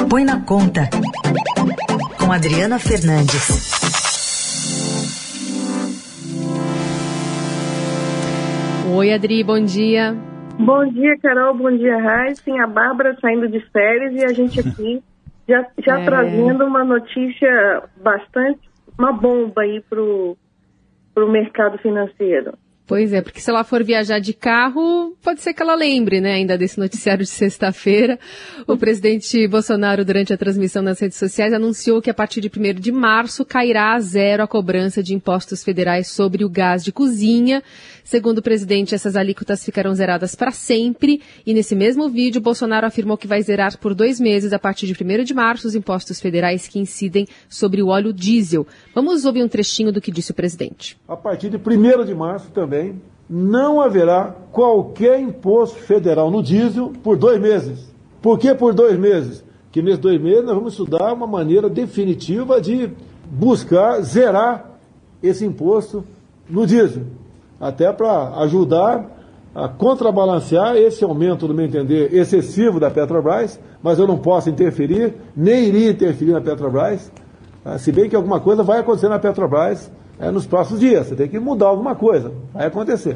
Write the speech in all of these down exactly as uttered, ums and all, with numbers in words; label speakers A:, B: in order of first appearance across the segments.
A: Põe na Conta, com Adriana Fernandes.
B: Oi, Adri, bom dia.
C: Bom dia, Carol, bom dia, Raíssa. Tem a Bárbara saindo de férias e a gente aqui já, já é... trazendo uma notícia bastante, uma bomba aí pro, pro mercado financeiro.
B: Pois é, porque se ela for viajar de carro, pode ser que ela lembre, né, ainda desse noticiário de sexta-feira. O presidente Bolsonaro, durante a transmissão nas redes sociais, anunciou que a partir de primeiro de março cairá a zero a cobrança de impostos federais sobre o gás de cozinha. Segundo o presidente, essas alíquotas ficarão zeradas para sempre. E nesse mesmo vídeo, Bolsonaro afirmou que vai zerar por dois meses, a partir de primeiro de março, os impostos federais que incidem sobre o óleo diesel. Vamos ouvir um trechinho do que disse o presidente.
D: A partir de primeiro de março também, não haverá qualquer imposto federal no diesel por dois meses. Por que por dois meses? Porque nesses dois meses nós vamos estudar uma maneira definitiva de buscar zerar esse imposto no diesel. Até para ajudar a contrabalancear esse aumento, no meu entender, excessivo da Petrobras, mas eu não posso interferir, nem iria interferir na Petrobras, se bem que alguma coisa vai acontecer na Petrobras É, nos próximos dias. Você tem que mudar alguma coisa. Vai acontecer.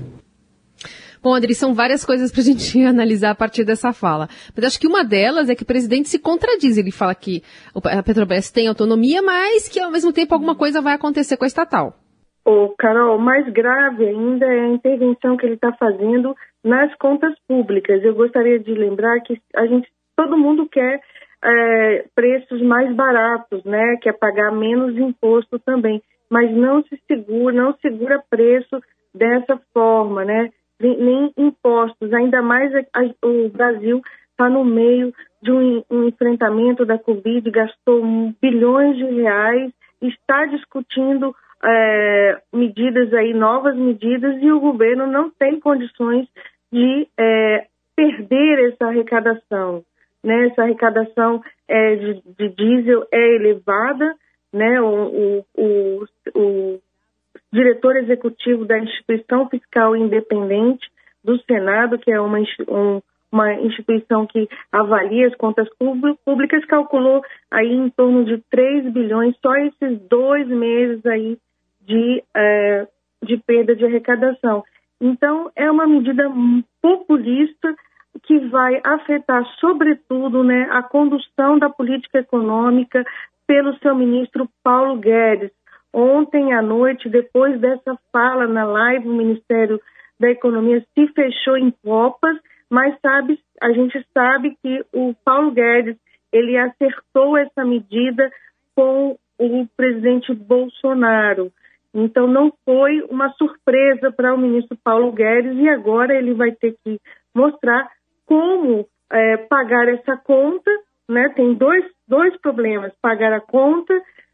B: Bom, Adri, são várias coisas para a gente analisar a partir dessa fala. Mas acho que uma delas é que o presidente se contradiz. Ele fala que a Petrobras tem autonomia, mas que ao mesmo tempo alguma coisa vai acontecer com a estatal.
C: Ô, Carol, mais grave ainda é a intervenção que ele está fazendo nas contas públicas. Eu gostaria de lembrar que a gente, todo mundo quer é, preços mais baratos, né? Quer pagar menos imposto também. Mas não se segura, não segura preço dessa forma, né? Nem, nem impostos, ainda mais a, a, o Brasil está no meio de um, um enfrentamento da Covid, gastou bilhões de reais, está discutindo é, medidas aí, novas medidas, e o governo não tem condições de é, perder essa arrecadação, né? Essa arrecadação é, de, de diesel é elevada, né? O, o, o, o diretor executivo da Instituição Fiscal Independente do Senado, que é uma, um, uma instituição que avalia as contas públicas, calculou aí em torno de três bilhões só esses dois meses aí de, é, de perda de arrecadação. Então, é uma medida populista que vai afetar, sobretudo, né, a condução da política econômica pelo seu ministro Paulo Guedes. Ontem à noite, depois dessa fala na live, o Ministério da Economia se fechou em copas, mas sabe, a gente sabe que o Paulo Guedes, ele acertou essa medida com o presidente Bolsonaro. Então não foi uma surpresa para o ministro Paulo Guedes, e agora ele vai ter que mostrar como é, pagar essa conta, né? Tem dois, dois problemas: pagar a conta,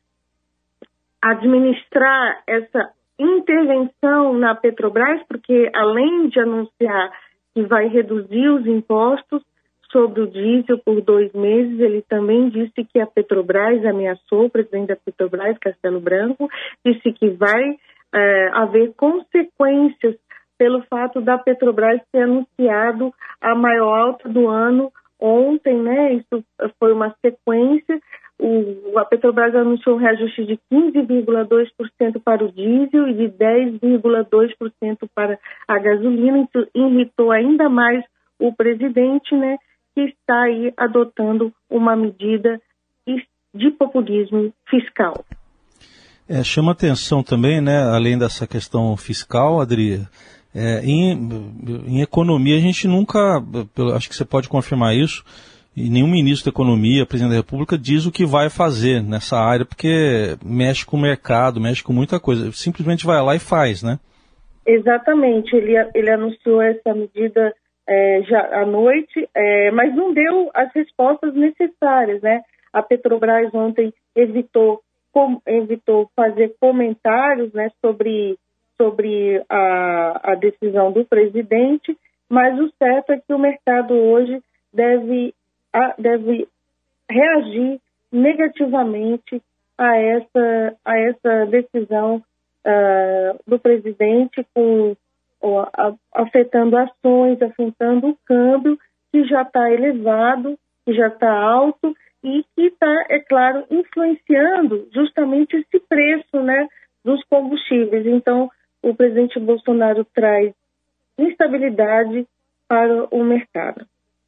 C: administrar essa intervenção na Petrobras, porque além de anunciar que vai reduzir os impostos sobre o diesel por dois meses, ele também disse que a Petrobras ameaçou, o presidente da Petrobras, Castelo Branco, disse que vai é, haver consequências pelo fato da Petrobras ter anunciado a maior alta do ano ontem, né? Isso foi uma sequência. O, a Petrobras anunciou um reajuste de quinze vírgula dois por cento para o diesel e de dez vírgula dois por cento para a gasolina. Isso irritou ainda mais o presidente, né? Que está aí adotando uma medida de populismo fiscal.
E: É, chama atenção também, né, além dessa questão fiscal, Adri, é, em, em economia a gente nunca, acho que você pode confirmar isso, e nenhum ministro da Economia, presidente da República, diz o que vai fazer nessa área, porque mexe com o mercado, mexe com muita coisa, simplesmente vai lá e faz, né?
C: Exatamente, ele, ele anunciou essa medida é, já à noite, é, mas não deu as respostas necessárias, né? A Petrobras ontem evitou, com, evitou fazer comentários, né, sobre, sobre a, a decisão do presidente, mas o certo é que o mercado hoje deve, a, deve reagir negativamente a essa, a essa decisão uh, do presidente, com, uh, a, afetando ações, afetando o câmbio, que já está elevado, que já está alto, e que que está, é claro, influenciando justamente esse preço, né, dos combustíveis. Então, o presidente Bolsonaro traz instabilidade para o mercado.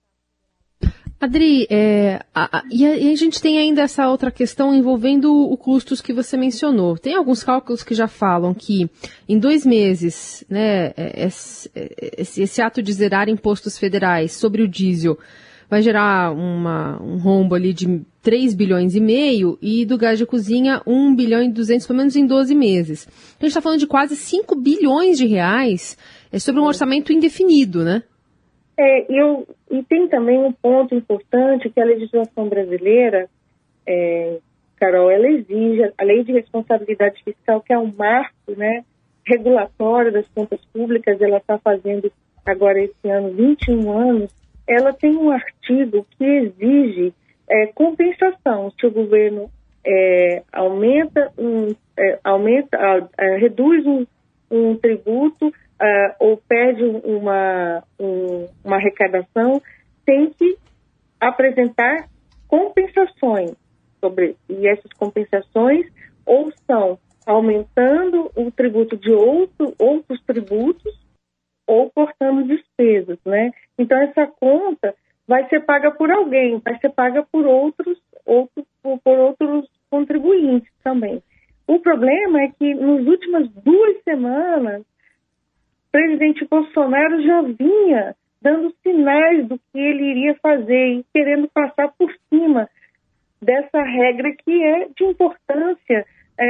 B: Adri, é, a, a, e, a, e a gente tem ainda essa outra questão envolvendo o custos que você mencionou. Tem alguns cálculos que já falam que em dois meses, né, esse, esse, esse ato de zerar impostos federais sobre o diesel vai gerar uma, um rombo ali de três bilhões e meio e do gás de cozinha um bilhão e duzentos, pelo menos em doze meses. A gente está falando de quase cinco bilhões de reais é, sobre um orçamento indefinido, né?
C: É, eu, e tem também um ponto importante que a legislação brasileira, é, Carol, ela exige, a lei de responsabilidade fiscal, que é um marco, né, regulatório das contas públicas, ela está fazendo agora esse ano vinte e um anos, ela tem um artigo que exige é, compensação se o governo é, aumenta, um, é, aumenta é, reduz um, um tributo, Uh, ou pede uma, um, uma arrecadação, tem que apresentar compensações sobre, e essas compensações ou são aumentando o tributo de outro, outros tributos ou cortando despesas, né? Então essa conta vai ser paga por alguém, vai ser paga por outros, outros, por, por outros contribuintes também. O problema é que nas últimas duas semanas o presidente Bolsonaro já vinha dando sinais do que ele iria fazer e querendo passar por cima dessa regra que é de importância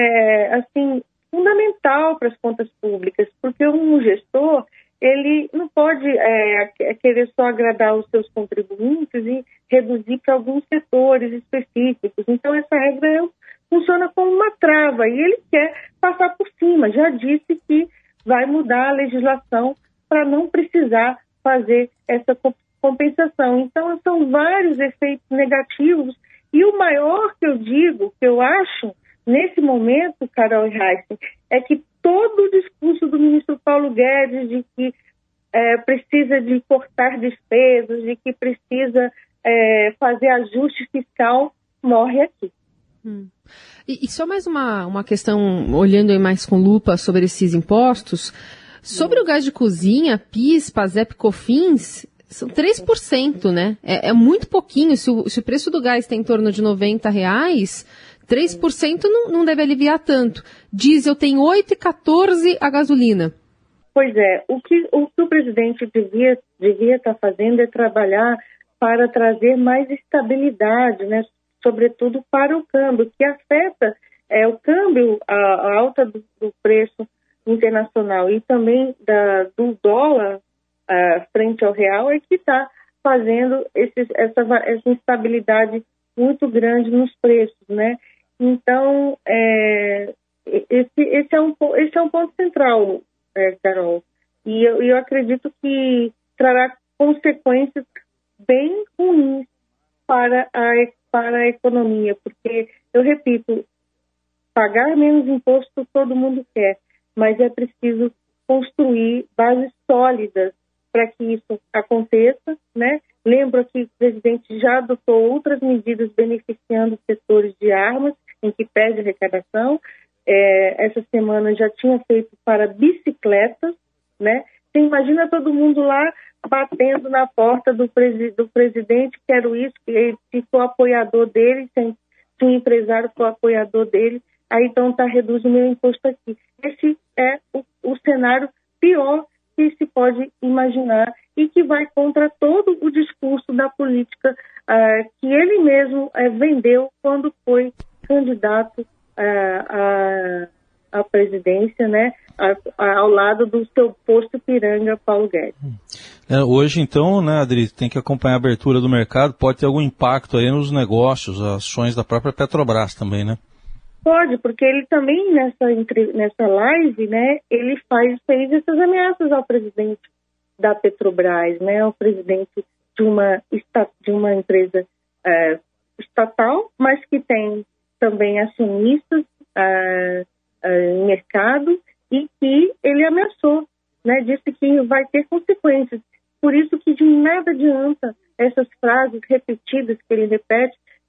C: é, assim, fundamental para as contas públicas, porque um gestor ele não pode é, querer só agradar os seus contribuintes e reduzir para alguns setores específicos. Então essa regra funciona como uma trava e ele quer passar por cima. Já disse que vai mudar a legislação para não precisar fazer essa compensação. Então, são vários efeitos negativos. E o maior que eu digo, que eu acho, nesse momento, Carol e Heisen, é que todo o discurso do ministro Paulo Guedes de que é, precisa de cortar despesas, de que precisa é, fazer ajuste fiscal, morre aqui.
B: Hum. E, e só mais uma, uma questão, olhando aí mais com lupa sobre esses impostos, sobre hum. o gás de cozinha, PIS, PASEP, COFINS, são três por cento, né? É, é muito pouquinho. Se o, se o preço do gás tem em torno de noventa reais, três por cento não, não deve aliviar tanto. Diesel tem oito e quatorze a gasolina.
C: Pois é, o que o, que o presidente devia devia estar fazendo é trabalhar para trazer mais estabilidade, né? Sobretudo para o câmbio, que afeta é, o câmbio, a, a alta do, do preço internacional e também da, do dólar a, frente ao real é que está fazendo esses, essa, essa instabilidade muito grande nos preços, né? Então, é, esse, esse, é um, esse é um ponto central, é, Carol, e eu, eu acredito que trará consequências bem ruins para a para a economia, porque, eu repito, pagar menos imposto todo mundo quer, mas é preciso construir bases sólidas para que isso aconteça, né? Lembro que o presidente já adotou outras medidas beneficiando os setores de armas, em que perde arrecadação. É, essa semana já tinha feito para bicicletas, né? Você imagina todo mundo lá batendo na porta do, presi- do presidente, quero isso, que se for apoiador dele, se, se o empresário for apoiador dele, aí então tá, reduz o meu imposto aqui. Esse é o, o cenário pior que se pode imaginar e que vai contra todo o discurso da política uh, que ele mesmo uh, vendeu quando foi candidato uh, a... a presidência, né, a, a, ao lado do seu posto Piranga, Paulo Guedes.
E: É, hoje, então, né, Adri, tem que acompanhar a abertura do mercado, pode ter algum impacto aí nos negócios, ações da própria Petrobras também, né?
C: Pode, porque ele também, nessa, nessa live, né, ele faz, fez essas ameaças ao presidente da Petrobras, né, ao presidente de uma, de uma empresa é, estatal, mas que tem também acionistas, é, em mercado, e que ele ameaçou, né, disse que vai ter consequências. Por isso que de nada adianta essas frases repetidas que ele repete,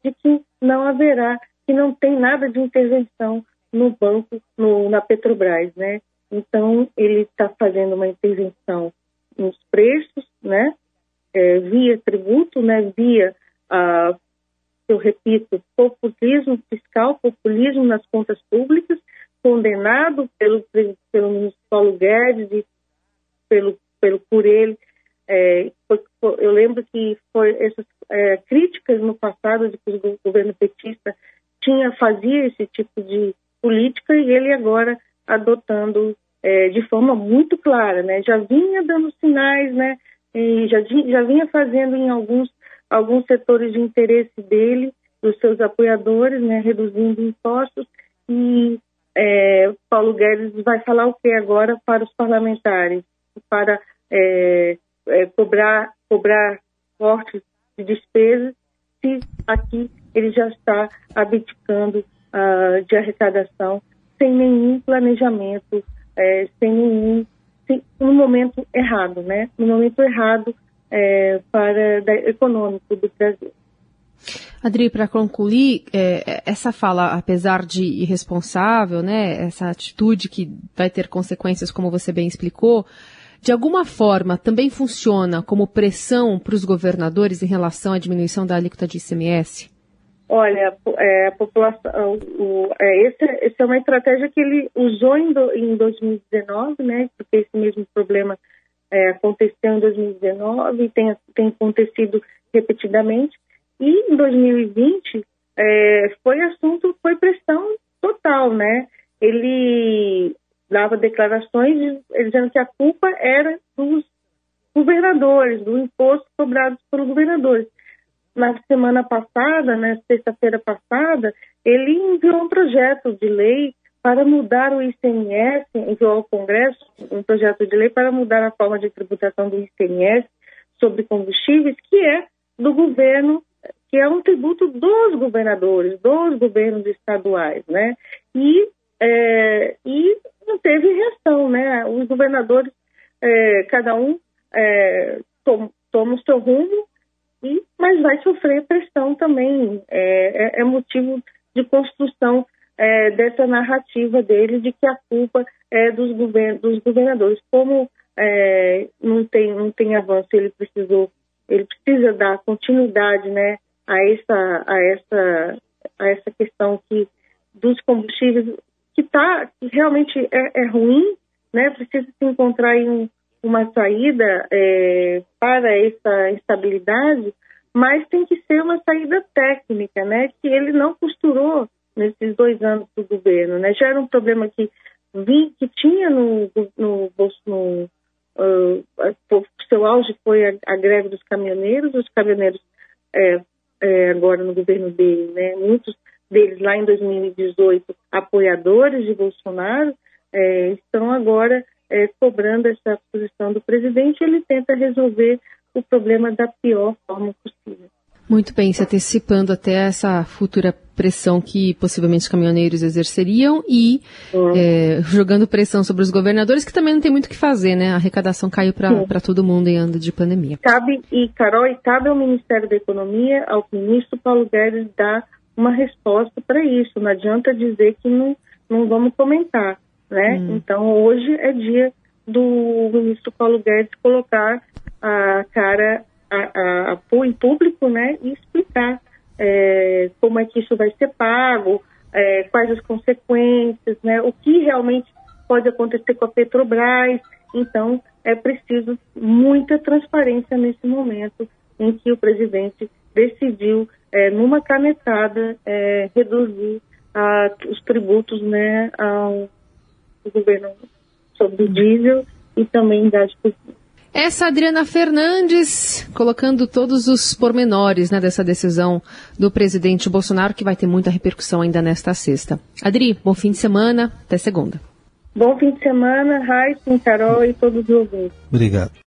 C: de que não haverá, que não tem nada de intervenção no banco, no, na Petrobras, né? Então, ele está fazendo uma intervenção nos preços, né? É, via tributo, né? Via, ah, eu repito, populismo fiscal, populismo nas contas públicas, condenado pelo, pelo ministro Paulo Guedes e pelo, pelo, por ele. É, foi, foi, eu lembro que foi essas é, críticas no passado de que o governo petista tinha, fazia esse tipo de política e ele agora adotando é, de forma muito clara, né? Já vinha dando sinais, né? E já, já vinha fazendo em alguns, alguns setores de interesse dele, dos seus apoiadores, né? Reduzindo impostos e é, Paulo Guedes vai falar o que agora para os parlamentares? Para é, é, cobrar, cobrar cortes de despesas, se aqui ele já está abdicando uh, de arrecadação sem nenhum planejamento, é, sem nenhum, sem, no momento errado, né? No momento errado é, para da, econômico do Brasil.
B: Adri, para concluir, é, essa fala, apesar de irresponsável, né, essa atitude que vai ter consequências, como você bem explicou, de alguma forma também funciona como pressão para os governadores em relação à diminuição da alíquota de I C M S?
C: Olha, é, a população, o, é, esse, esse é uma estratégia que ele usou em, do, em dois mil e dezenove, né, porque esse mesmo problema é, aconteceu em dois mil e dezenove e tem, tem acontecido repetidamente. E em dois mil e vinte é, foi assunto, foi pressão total, né? Ele dava declarações dizendo que a culpa era dos governadores, do imposto cobrado pelos governadores. Na semana passada, na sexta-feira passada, ele enviou um projeto de lei para mudar o I C M S, enviou ao Congresso um projeto de lei para mudar a forma de tributação do I C M S sobre combustíveis, que é do governo, que é um tributo dos governadores, dos governos estaduais, né? E, é, e não teve reação, né? Os governadores, é, cada um é, toma, toma o seu rumo, e, mas vai sofrer pressão também. É, é, é motivo de construção é, dessa narrativa dele de que a culpa é dos, govern dos governadores. Como é, não tem, não tem avanço, ele precisou, ele precisa dar continuidade, né? a essa, a essa, a essa questão que, dos combustíveis, que, tá, que realmente é, é ruim, né? Precisa se encontrar aí um, uma saída é, para essa instabilidade, mas tem que ser uma saída técnica, né? Que ele não costurou nesses dois anos do governo, né? Já era um problema que, vi, que tinha no, no, no uh, o seu auge foi a, a greve dos caminhoneiros, os caminhoneiros é, É, agora no governo dele, né? Muitos deles lá em dois mil e dezoito, apoiadores de Bolsonaro, é, estão agora é, cobrando essa posição do presidente. Ele tenta resolver o problema da pior forma possível.
B: Muito bem, se antecipando até essa futura pressão que possivelmente os caminhoneiros exerceriam e uhum. é, jogando pressão sobre os governadores, que também não tem muito o que fazer, né? A arrecadação caiu para todo mundo em ano de pandemia.
C: Cabe, e Carol, e cabe ao Ministério da Economia, ao ministro Paulo Guedes, dar uma resposta para isso. Não adianta dizer que não, não vamos comentar, né? Hum. Então, hoje é dia do ministro Paulo Guedes colocar a cara a, a, a, em público, né? E explicar é, como é que isso vai ser pago, é, quais as consequências, né? O que realmente pode acontecer com a Petrobras. Então, é preciso muita transparência nesse momento em que o presidente decidiu, é, numa canetada, é, reduzir a, os tributos, né, ao governo sobre o diesel e também gás cozinha.
B: Essa Adriana Fernandes colocando todos os pormenores, né, dessa decisão do presidente Bolsonaro, que vai ter muita repercussão ainda nesta sexta. Adri, bom fim de semana, até segunda.
C: Bom fim de semana, Raíssa, Carol e todos os ouvintes.
E: Obrigado.